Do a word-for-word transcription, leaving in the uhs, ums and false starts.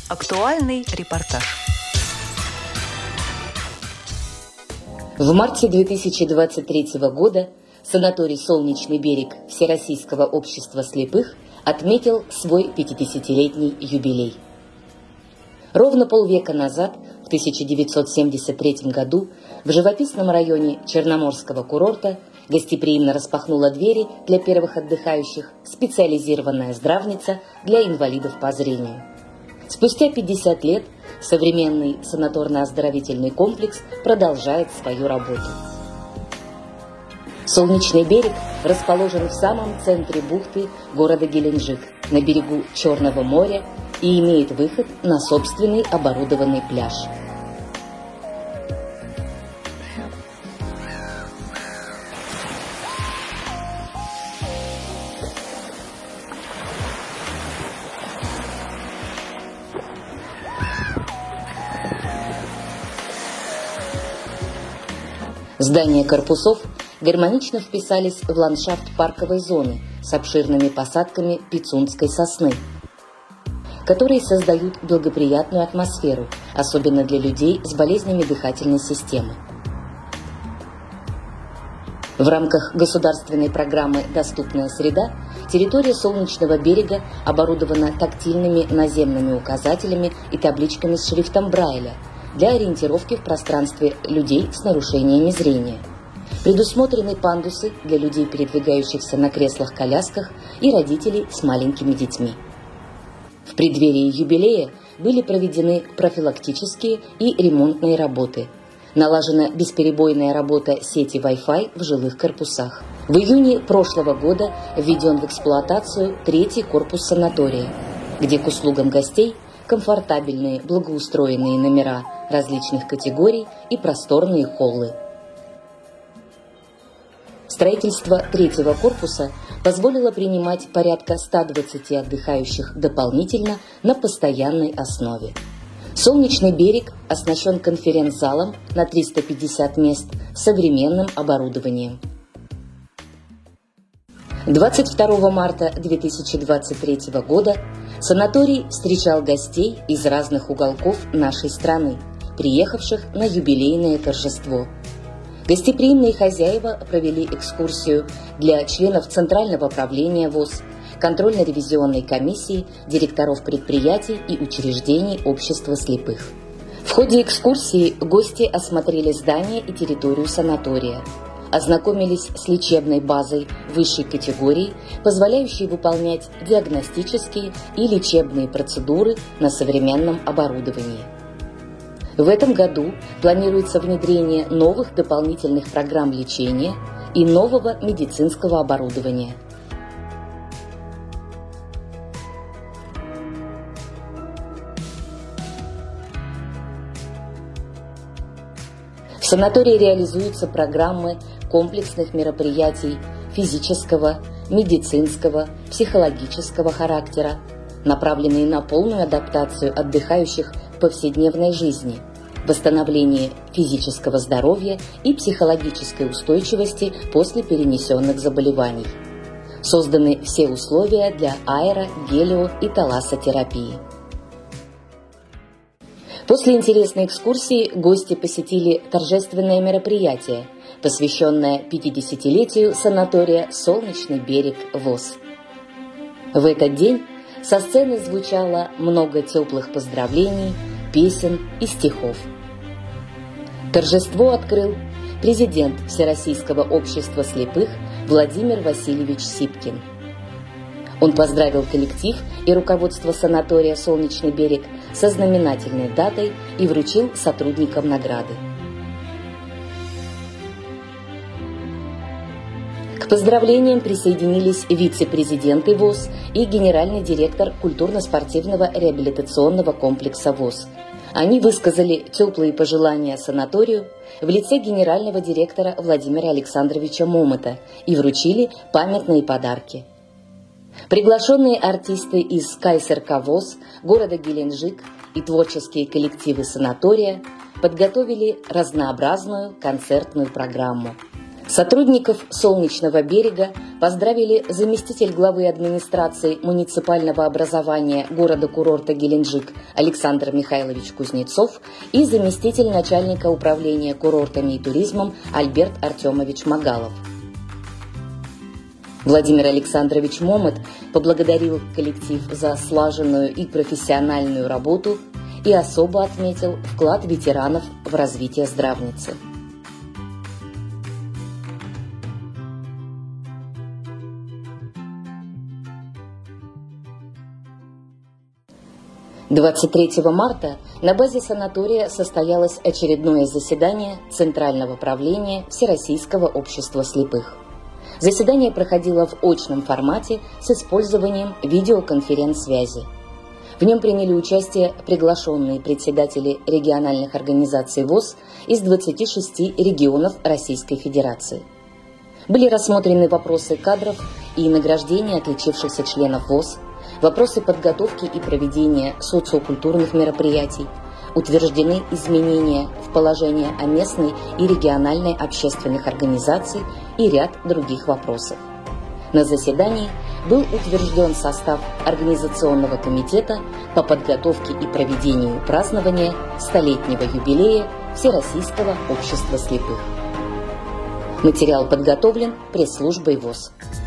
Актуальный репортаж. В марте две тысячи двадцать третьего года санаторий «Солнечный берег» Всероссийского общества слепых отметил свой пятидесятилетний юбилей. Ровно полвека назад, в тысяча девятьсот семьдесят третьем году, в живописном районе Черноморского курорта гостеприимно распахнула двери для первых отдыхающих специализированная здравница для инвалидов по зрению. Спустя пятьдесят лет современный санаторно-оздоровительный комплекс продолжает свою работу. «Солнечный берег» расположен в самом центре бухты города Геленджик, на берегу Черного моря, и имеет выход на собственный оборудованный пляж. Здания корпусов гармонично вписались в ландшафт парковой зоны с обширными посадками пицунской сосны, которые создают благоприятную атмосферу, особенно для людей с болезнями дыхательной системы. В рамках государственной программы «Доступная среда» территория Солнечного берега оборудована тактильными наземными указателями и табличками с шрифтом Брайля для ориентировки в пространстве людей с нарушениями зрения. Предусмотрены пандусы для людей, передвигающихся на креслах-колясках, и родителей с маленькими детьми. В преддверии юбилея были проведены профилактические и ремонтные работы. Налажена бесперебойная работа сети Wi-Fi в жилых корпусах. В июне прошлого года введен в эксплуатацию третий корпус санатория, где к услугам гостей комфортабельные благоустроенные номера различных категорий и просторные холлы. Строительство третьего корпуса позволило принимать порядка ста двадцати отдыхающих дополнительно на постоянной основе. Солнечный берег оснащен конференц-залом на триста пятьдесят мест с современным оборудованием. двадцать второго марта две тысячи двадцать третьего года санаторий встречал гостей из разных уголков нашей страны, приехавших на юбилейное торжество. Гостеприимные хозяева провели экскурсию для членов Центрального правления ВОС, контрольно-ревизионной комиссии, директоров предприятий и учреждений общества слепых. В ходе экскурсии гости осмотрели здание и территорию санатория, ознакомились с лечебной базой высшей категории, позволяющей выполнять диагностические и лечебные процедуры на современном оборудовании. В этом году планируется внедрение новых дополнительных программ лечения и нового медицинского оборудования. В санатории реализуются программы комплексных мероприятий физического, медицинского, психологического характера, направленные на полную адаптацию отдыхающих в повседневной жизни, восстановление физического здоровья и психологической устойчивости после перенесенных заболеваний. Созданы все условия для аэро-, гелио- и талассотерапии. После интересной экскурсии гости посетили торжественное мероприятие, посвященное пятидесятилетию санатория «Солнечный берег» ВОС. В этот день со сцены звучало много теплых поздравлений, песен и стихов. Торжество открыл президент Всероссийского общества слепых Владимир Васильевич Сипкин. Он поздравил коллектив и руководство санатория «Солнечный берег» со знаменательной датой и вручил сотрудникам награды. К поздравлениям присоединились вице-президенты ВОС и генеральный директор культурно-спортивного реабилитационного комплекса ВОС. Они высказали теплые пожелания санаторию в лице генерального директора Владимира Александровича Момота и вручили памятные подарки. Приглашенные артисты из ка эс эр ка ВОС, города Геленджик и творческие коллективы санатория подготовили разнообразную концертную программу. Сотрудников «Солнечного берега» поздравили заместитель главы администрации муниципального образования города-курорта Геленджик Александр Михайлович Кузнецов и заместитель начальника управления курортами и туризмом Альберт Артемович Магалов. Владимир Александрович Момот поблагодарил коллектив за слаженную и профессиональную работу и особо отметил вклад ветеранов в развитие здравницы. двадцать третьего марта на базе санатория состоялось очередное заседание Центрального правления Всероссийского общества слепых. Заседание проходило в очном формате с использованием видеоконференц-связи. В нем приняли участие приглашенные председатели региональных организаций ВОС из двадцати шести регионов Российской Федерации. Были рассмотрены вопросы кадров и награждения отличившихся членов ВОС, вопросы подготовки и проведения социокультурных мероприятий, утверждены изменения в положение о местной и региональной общественных организаций и ряд других вопросов. На заседании был утвержден состав Организационного комитета по подготовке и проведению празднования столетнего юбилея Всероссийского общества слепых. Материал подготовлен пресс-службой ВОС.